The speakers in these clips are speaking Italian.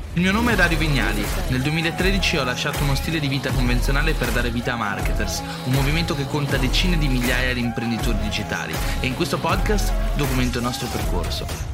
Il mio nome è Dario Vignali. Nel 2013 ho lasciato uno stile di vita convenzionale per dare vita a Marketers, un movimento che conta decine di migliaia di imprenditori digitali, e in questo podcast documento il nostro percorso.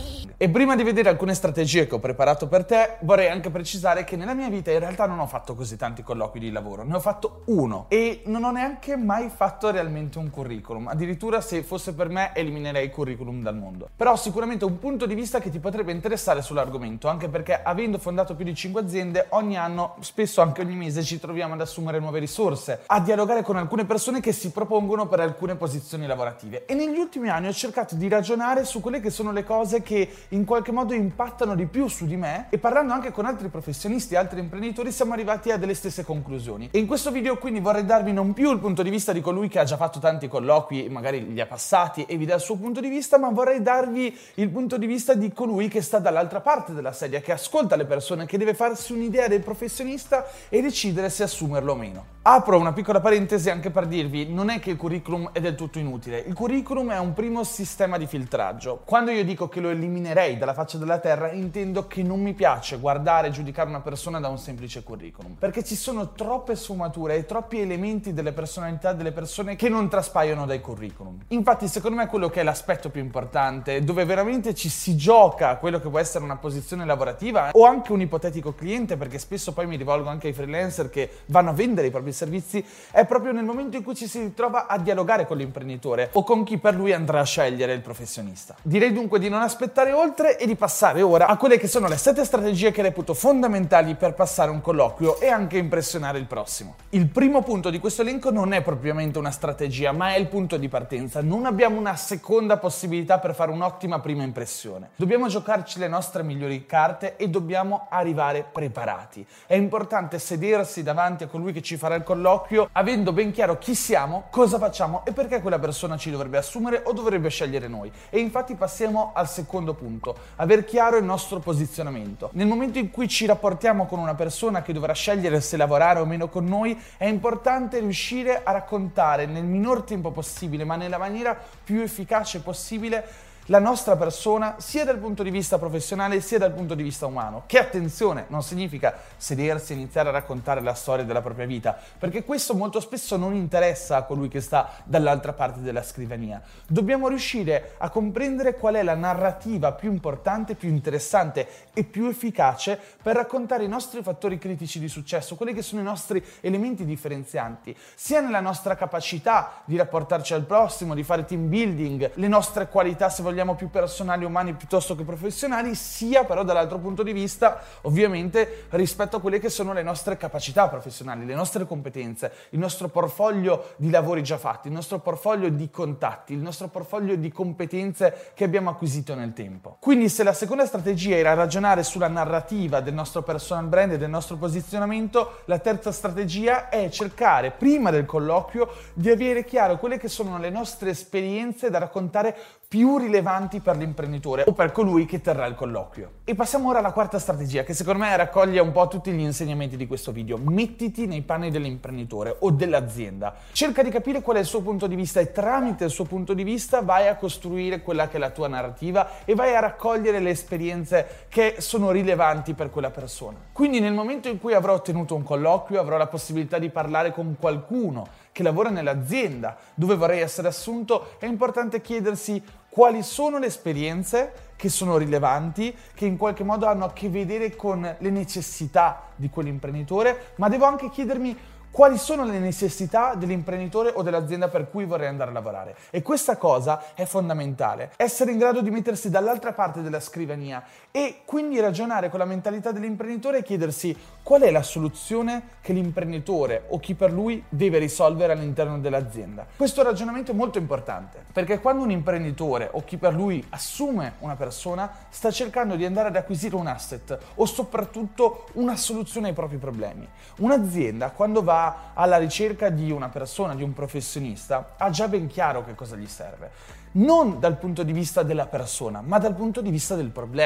E prima di vedere alcune strategie che ho preparato per te, vorrei anche precisare che nella mia vita in realtà non ho fatto così tanti colloqui di lavoro, ne ho fatto uno e non ho neanche mai fatto realmente un curriculum. Addirittura, se fosse per me, eliminerei il curriculum dal mondo. Però sicuramente un punto di vista che ti potrebbe interessare sull'argomento, anche perché avendo fondato più di 5 aziende, ogni anno, spesso anche ogni mese, ci troviamo ad assumere nuove risorse, a dialogare con alcune persone che si propongono per alcune posizioni lavorative. E negli ultimi anni ho cercato di ragionare su quelle che sono le cose che in qualche modo impattano di più su di me, e parlando anche con altri professionisti, altri imprenditori, siamo arrivati a delle stesse conclusioni. E in questo video quindi vorrei darvi non più il punto di vista di colui che ha già fatto tanti colloqui, magari li ha passati e vi dà il suo punto di vista, ma vorrei darvi il punto di vista di colui che sta dall'altra parte della sedia, che ascolta le persone, che deve farsi un'idea del professionista e decidere se assumerlo o meno. Apro una piccola parentesi anche per dirvi, non è che il curriculum è del tutto inutile. Il curriculum è un primo sistema di filtraggio. Quando io dico che lo eliminerei dalla faccia della terra, intendo che non mi piace guardare e giudicare una persona da un semplice curriculum, perché ci sono troppe sfumature e troppi elementi delle personalità delle persone che non traspaiono dai curriculum. Infatti, secondo me, quello che è l'aspetto più importante, dove veramente ci si gioca quello che può essere una posizione lavorativa o anche un ipotetico cliente, perché spesso poi mi rivolgo anche ai freelancer che vanno a vendere i propri servizi, è proprio nel momento in cui ci si ritrova a dialogare con l'imprenditore o con chi per lui andrà a scegliere il professionista. Direi dunque di non aspettare oltre e di passare ora a quelle che sono le 7 strategie che reputo fondamentali per passare un colloquio e anche impressionare il prossimo. Il primo punto di questo elenco non è propriamente una strategia, ma è il punto di partenza. Non abbiamo una seconda possibilità per fare un'ottima prima impressione. Dobbiamo giocarci le nostre migliori carte e dobbiamo arrivare preparati. È importante sedersi davanti a colui che ci farà il colloquio avendo ben chiaro chi siamo, cosa facciamo e perché quella persona ci dovrebbe assumere o dovrebbe scegliere noi. E infatti passiamo al secondo punto: aver chiaro il nostro posizionamento. Nel momento in cui ci rapportiamo con una persona che dovrà scegliere se lavorare o meno con noi, è importante riuscire a raccontare nel minor tempo possibile, ma nella maniera più efficace possibile, la nostra persona, sia dal punto di vista professionale sia dal punto di vista umano. Che, attenzione, non significa sedersi e iniziare a raccontare la storia della propria vita, perché questo molto spesso non interessa a colui che sta dall'altra parte della scrivania. Dobbiamo riuscire a comprendere qual è la narrativa più importante, più interessante e più efficace per raccontare i nostri fattori critici di successo, quelli che sono i nostri elementi differenzianti, sia nella nostra capacità di rapportarci al prossimo, di fare team building, le nostre qualità, se vogliamo, più personali, umani piuttosto che professionali, sia però dall'altro punto di vista, ovviamente, rispetto a quelle che sono le nostre capacità professionali, le nostre competenze, il nostro portfolio di lavori già fatti, il nostro portfolio di contatti, il nostro portfolio di competenze che abbiamo acquisito nel tempo. Quindi, se la seconda strategia era ragionare sulla narrativa del nostro personal brand e del nostro posizionamento, la terza strategia è cercare, prima del colloquio, di avere chiaro quelle che sono le nostre esperienze da raccontare più rilevanti per l'imprenditore o per colui che terrà il colloquio. E passiamo ora alla quarta strategia, che secondo me raccoglie un po' tutti gli insegnamenti di questo video. Mettiti nei panni dell'imprenditore o dell'azienda. Cerca di capire qual è il suo punto di vista e tramite il suo punto di vista vai a costruire quella che è la tua narrativa e vai a raccogliere le esperienze che sono rilevanti per quella persona. Quindi nel momento in cui avrò ottenuto un colloquio, avrò la possibilità di parlare con qualcuno che lavora nell'azienda dove vorrei essere assunto, è importante chiedersi quali sono le esperienze che sono rilevanti, che in qualche modo hanno a che vedere con le necessità di quell'imprenditore, ma devo anche chiedermi quali sono le necessità dell'imprenditore o dell'azienda per cui vorrei andare a lavorare. E questa cosa è fondamentale, essere in grado di mettersi dall'altra parte della scrivania e quindi ragionare con la mentalità dell'imprenditore e chiedersi qual è la soluzione che l'imprenditore o chi per lui deve risolvere all'interno dell'azienda. Questo ragionamento è molto importante, perché quando un imprenditore o chi per lui assume una persona, sta cercando di andare ad acquisire un asset o soprattutto una soluzione ai propri problemi. Un'azienda, quando va alla ricerca di una persona, di un professionista, ha già ben chiaro che cosa gli serve. Non dal punto di vista della persona, ma dal punto di vista del problema.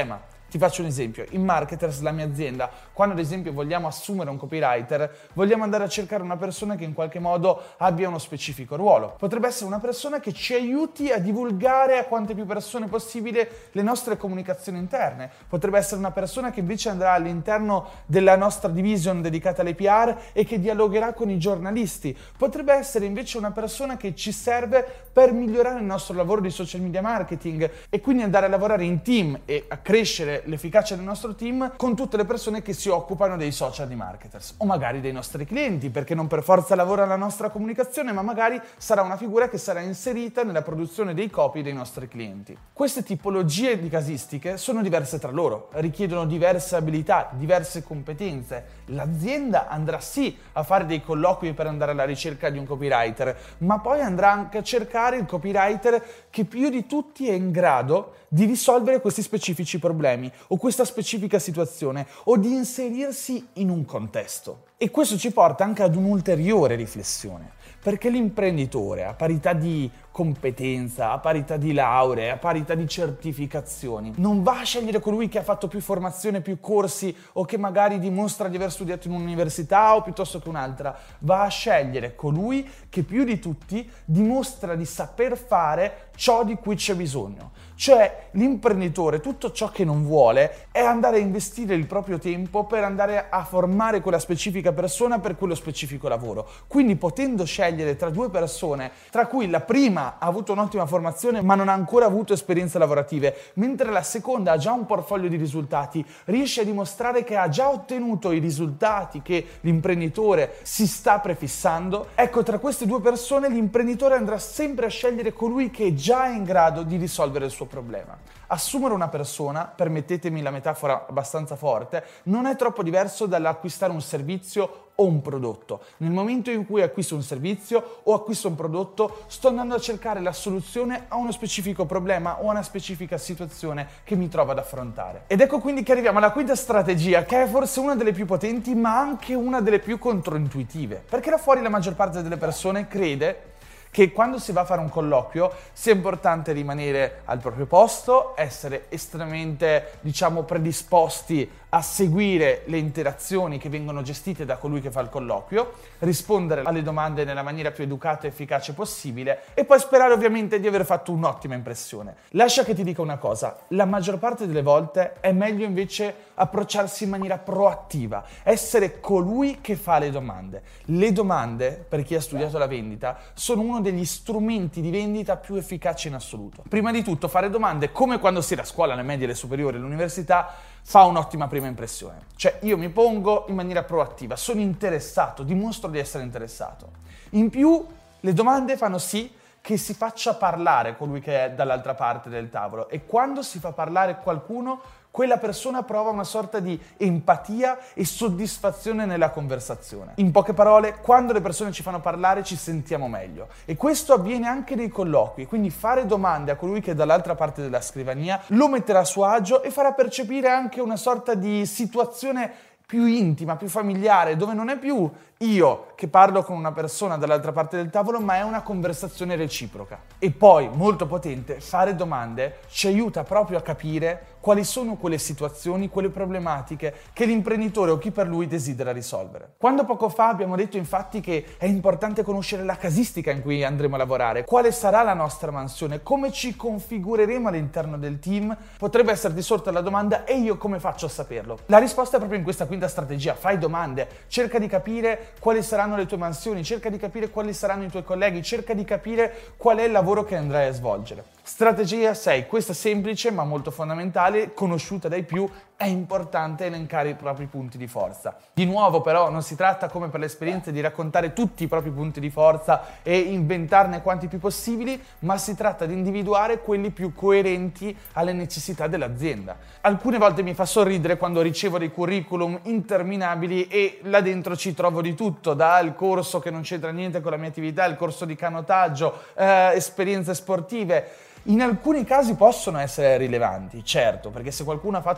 Ti faccio un esempio, in Marketers, la mia azienda, quando ad esempio vogliamo assumere un copywriter, vogliamo andare a cercare una persona che in qualche modo abbia uno specifico ruolo. Potrebbe essere una persona che ci aiuti a divulgare a quante più persone possibile le nostre comunicazioni interne. Potrebbe essere una persona che invece andrà all'interno della nostra division dedicata alle PR e che dialogherà con i giornalisti. Potrebbe essere invece una persona che ci serve per migliorare il nostro lavoro di social media marketing e quindi andare a lavorare in team e a crescere l'efficacia del nostro team con tutte le persone che si occupano dei social di Marketers o magari dei nostri clienti, perché non per forza lavora la nostra comunicazione, ma magari sarà una figura che sarà inserita nella produzione dei copy dei nostri clienti. Queste tipologie di casistiche sono diverse tra loro, richiedono diverse abilità, diverse competenze. L'azienda andrà sì a fare dei colloqui per andare alla ricerca di un copywriter, ma poi andrà anche a cercare il copywriter che più di tutti è in grado di risolvere questi specifici problemi o questa specifica situazione o di inserirsi in un contesto. E questo ci porta anche ad un'ulteriore riflessione, perché l'imprenditore, a parità di competenza, a parità di lauree, a parità di certificazioni, non va a scegliere colui che ha fatto più formazione, più corsi o che magari dimostra di aver studiato in un'università o piuttosto che un'altra, va a scegliere colui che più di tutti dimostra di saper fare ciò di cui c'è bisogno. Cioè l'imprenditore tutto ciò che non vuole è andare a investire il proprio tempo per andare a formare quella specifica persona per quello specifico lavoro. Quindi potendo scegliere tra due persone, tra cui la prima ha avuto un'ottima formazione ma non ha ancora avuto esperienze lavorative, mentre la seconda ha già un portfolio di risultati, riesce a dimostrare che ha già ottenuto i risultati che l'imprenditore si sta prefissando, ecco, tra queste due persone l'imprenditore andrà sempre a scegliere colui che è già in grado di risolvere il suo problema. Assumere una persona, permettetemi la metafora abbastanza forte, non è troppo diverso dall'acquistare un servizio o un prodotto. Nel momento in cui acquisto un servizio o acquisto un prodotto, sto andando a cercare la soluzione a uno specifico problema o a una specifica situazione che mi trovo ad affrontare. Ed ecco quindi che arriviamo alla quinta strategia, che è forse una delle più potenti, ma anche una delle più controintuitive. Perché là fuori la maggior parte delle persone crede che quando si va a fare un colloquio sia importante rimanere al proprio posto, essere estremamente, predisposti a seguire le interazioni che vengono gestite da colui che fa il colloquio, rispondere alle domande nella maniera più educata e efficace possibile e poi sperare ovviamente di aver fatto un'ottima impressione. Lascia che ti dica una cosa, la maggior parte delle volte è meglio invece approcciarsi in maniera proattiva, essere colui che fa le domande. Le domande, per chi ha studiato la vendita, sono uno degli strumenti di vendita più efficaci in assoluto. Prima di tutto fare domande, come quando si era a scuola, alle medie, alle superiori, all'università, fa un'ottima prima impressione. Cioè io mi pongo in maniera proattiva, sono interessato, dimostro di essere interessato. In più le domande fanno sì che si faccia parlare colui che è dall'altra parte del tavolo e quando si fa parlare qualcuno, quella persona prova una sorta di empatia e soddisfazione nella conversazione. In poche parole, quando le persone ci fanno parlare ci sentiamo meglio. E questo avviene anche nei colloqui, quindi fare domande a colui che è dall'altra parte della scrivania lo metterà a suo agio e farà percepire anche una sorta di situazione più intima, più familiare, dove non è più io che parlo con una persona dall'altra parte del tavolo, ma è una conversazione reciproca. E poi, molto potente, fare domande ci aiuta proprio a capire quali sono quelle situazioni, quelle problematiche che l'imprenditore o chi per lui desidera risolvere. Quando poco fa abbiamo detto infatti che è importante conoscere la casistica in cui andremo a lavorare, quale sarà la nostra mansione, come ci configureremo all'interno del team, potrebbe esserti sorta la domanda: e io come faccio a saperlo? La risposta è proprio in questa quinta strategia: fai domande, cerca di capire quali saranno le tue mansioni, cerca di capire quali saranno i tuoi colleghi, cerca di capire qual è il lavoro che andrai a svolgere. Strategia 6, questa semplice ma molto fondamentale, conosciuta dai più, è importante elencare i propri punti di forza. Di nuovo però non si tratta, come per l'esperienza, di raccontare tutti i propri punti di forza e inventarne quanti più possibili, ma si tratta di individuare quelli più coerenti alle necessità dell'azienda. Alcune volte mi fa sorridere quando ricevo dei curriculum interminabili e là dentro ci trovo di tutto, dal corso che non c'entra niente con la mia attività, il corso di canottaggio, esperienze sportive. In alcuni casi possono essere rilevanti, certo, perché se qualcuno ha fatto ad esempio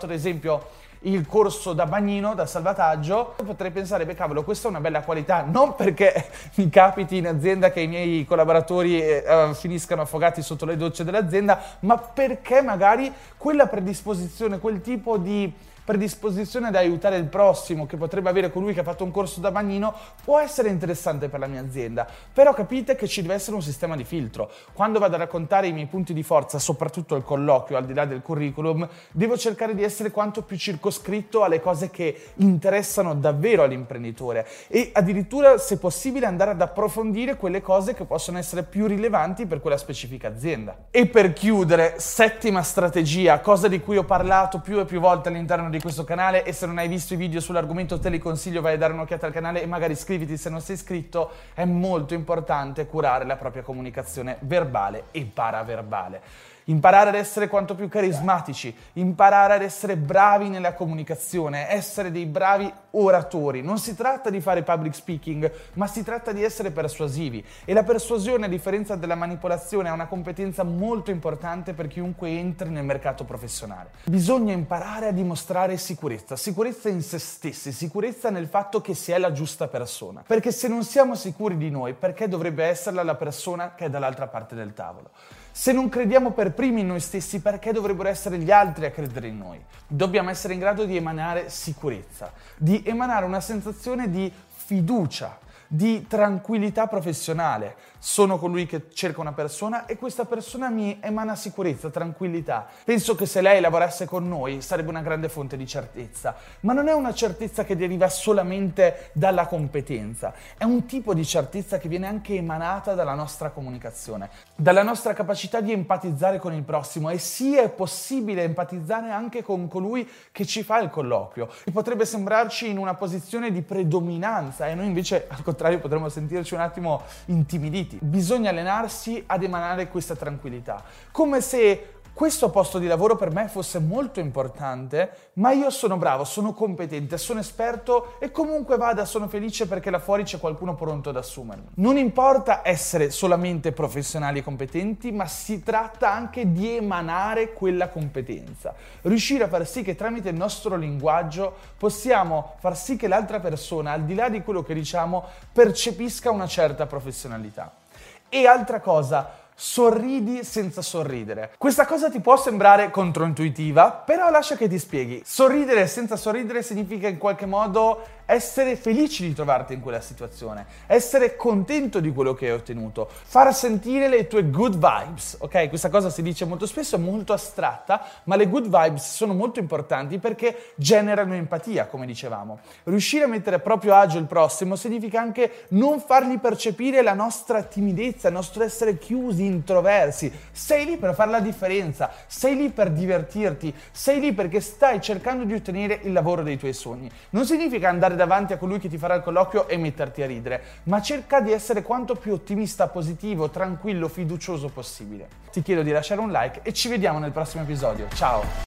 esempio il corso da bagnino, da salvataggio, potrei pensare, beh cavolo, questa è una bella qualità, non perché mi capiti in azienda che i miei collaboratori finiscano affogati sotto le docce dell'azienda, ma perché magari quella predisposizione, quel tipo di predisposizione ad aiutare il prossimo che potrebbe avere colui che ha fatto un corso da bagnino può essere interessante per la mia azienda. Però capite che ci deve essere un sistema di filtro. Quando vado a raccontare i miei punti di forza, soprattutto al colloquio, al di là del curriculum, devo cercare di essere quanto più circoscritto alle cose che interessano davvero all'imprenditore e addirittura, se possibile, andare ad approfondire quelle cose che possono essere più rilevanti per quella specifica azienda. E per chiudere, settima strategia, cosa di cui ho parlato più e più volte all'interno di questo canale, e se non hai visto i video sull'argomento te li consiglio, vai a dare un'occhiata al canale e magari iscriviti se non sei iscritto. È molto importante curare la propria comunicazione verbale e paraverbale. Imparare ad essere quanto più carismatici, imparare ad essere bravi nella comunicazione, essere dei bravi oratori. Non si tratta di fare public speaking, ma si tratta di essere persuasivi. E la persuasione, a differenza della manipolazione, è una competenza molto importante per chiunque entri nel mercato professionale. Bisogna imparare a dimostrare sicurezza, sicurezza in se stessi, sicurezza nel fatto che si è la giusta persona. Perché se non siamo sicuri di noi, perché dovrebbe esserla la persona che è dall'altra parte del tavolo? Se non crediamo per primi in noi stessi, perché dovrebbero essere gli altri a credere in noi? Dobbiamo essere in grado di emanare sicurezza, di emanare una sensazione di fiducia, di tranquillità professionale. Sono colui che cerca una persona e questa persona mi emana sicurezza, tranquillità. Penso che se lei lavorasse con noi sarebbe una grande fonte di certezza, ma non è una certezza che deriva solamente dalla competenza, è un tipo di certezza che viene anche emanata dalla nostra comunicazione, dalla nostra capacità di empatizzare con il prossimo. E sì, è possibile empatizzare anche con colui che ci fa il colloquio. Potrebbe sembrarci in una posizione di predominanza e noi invece al contrario potremmo sentirci un attimo intimiditi. Bisogna allenarsi ad emanare questa tranquillità, come se questo posto di lavoro per me fosse molto importante, ma io sono bravo, sono competente, sono esperto e comunque vada, sono felice perché là fuori c'è qualcuno pronto ad assumermi. Non importa essere solamente professionali e competenti, ma si tratta anche di emanare quella competenza. Riuscire a far sì che tramite il nostro linguaggio possiamo far sì che l'altra persona, al di là di quello che diciamo, percepisca una certa professionalità. E altra cosa, sorridi senza sorridere. Questa cosa ti può sembrare controintuitiva, però lascia che ti spieghi. Sorridere senza sorridere significa in qualche modo essere felici di trovarti in quella situazione, essere contento di quello che hai ottenuto, far sentire le tue good vibes, ok? Questa cosa si dice molto spesso, è molto astratta, ma le good vibes sono molto importanti perché generano empatia, come dicevamo. Riuscire a mettere a proprio agio il prossimo significa anche non fargli percepire la nostra timidezza, il nostro essere chiusi, introversi. Sei lì per fare la differenza, sei lì per divertirti, sei lì perché stai cercando di ottenere il lavoro dei tuoi sogni. Non significa andare davanti a colui che ti farà il colloquio e metterti a ridere, ma cerca di essere quanto più ottimista, positivo, tranquillo, fiducioso possibile. Ti chiedo di lasciare un like e ci vediamo nel prossimo episodio. Ciao!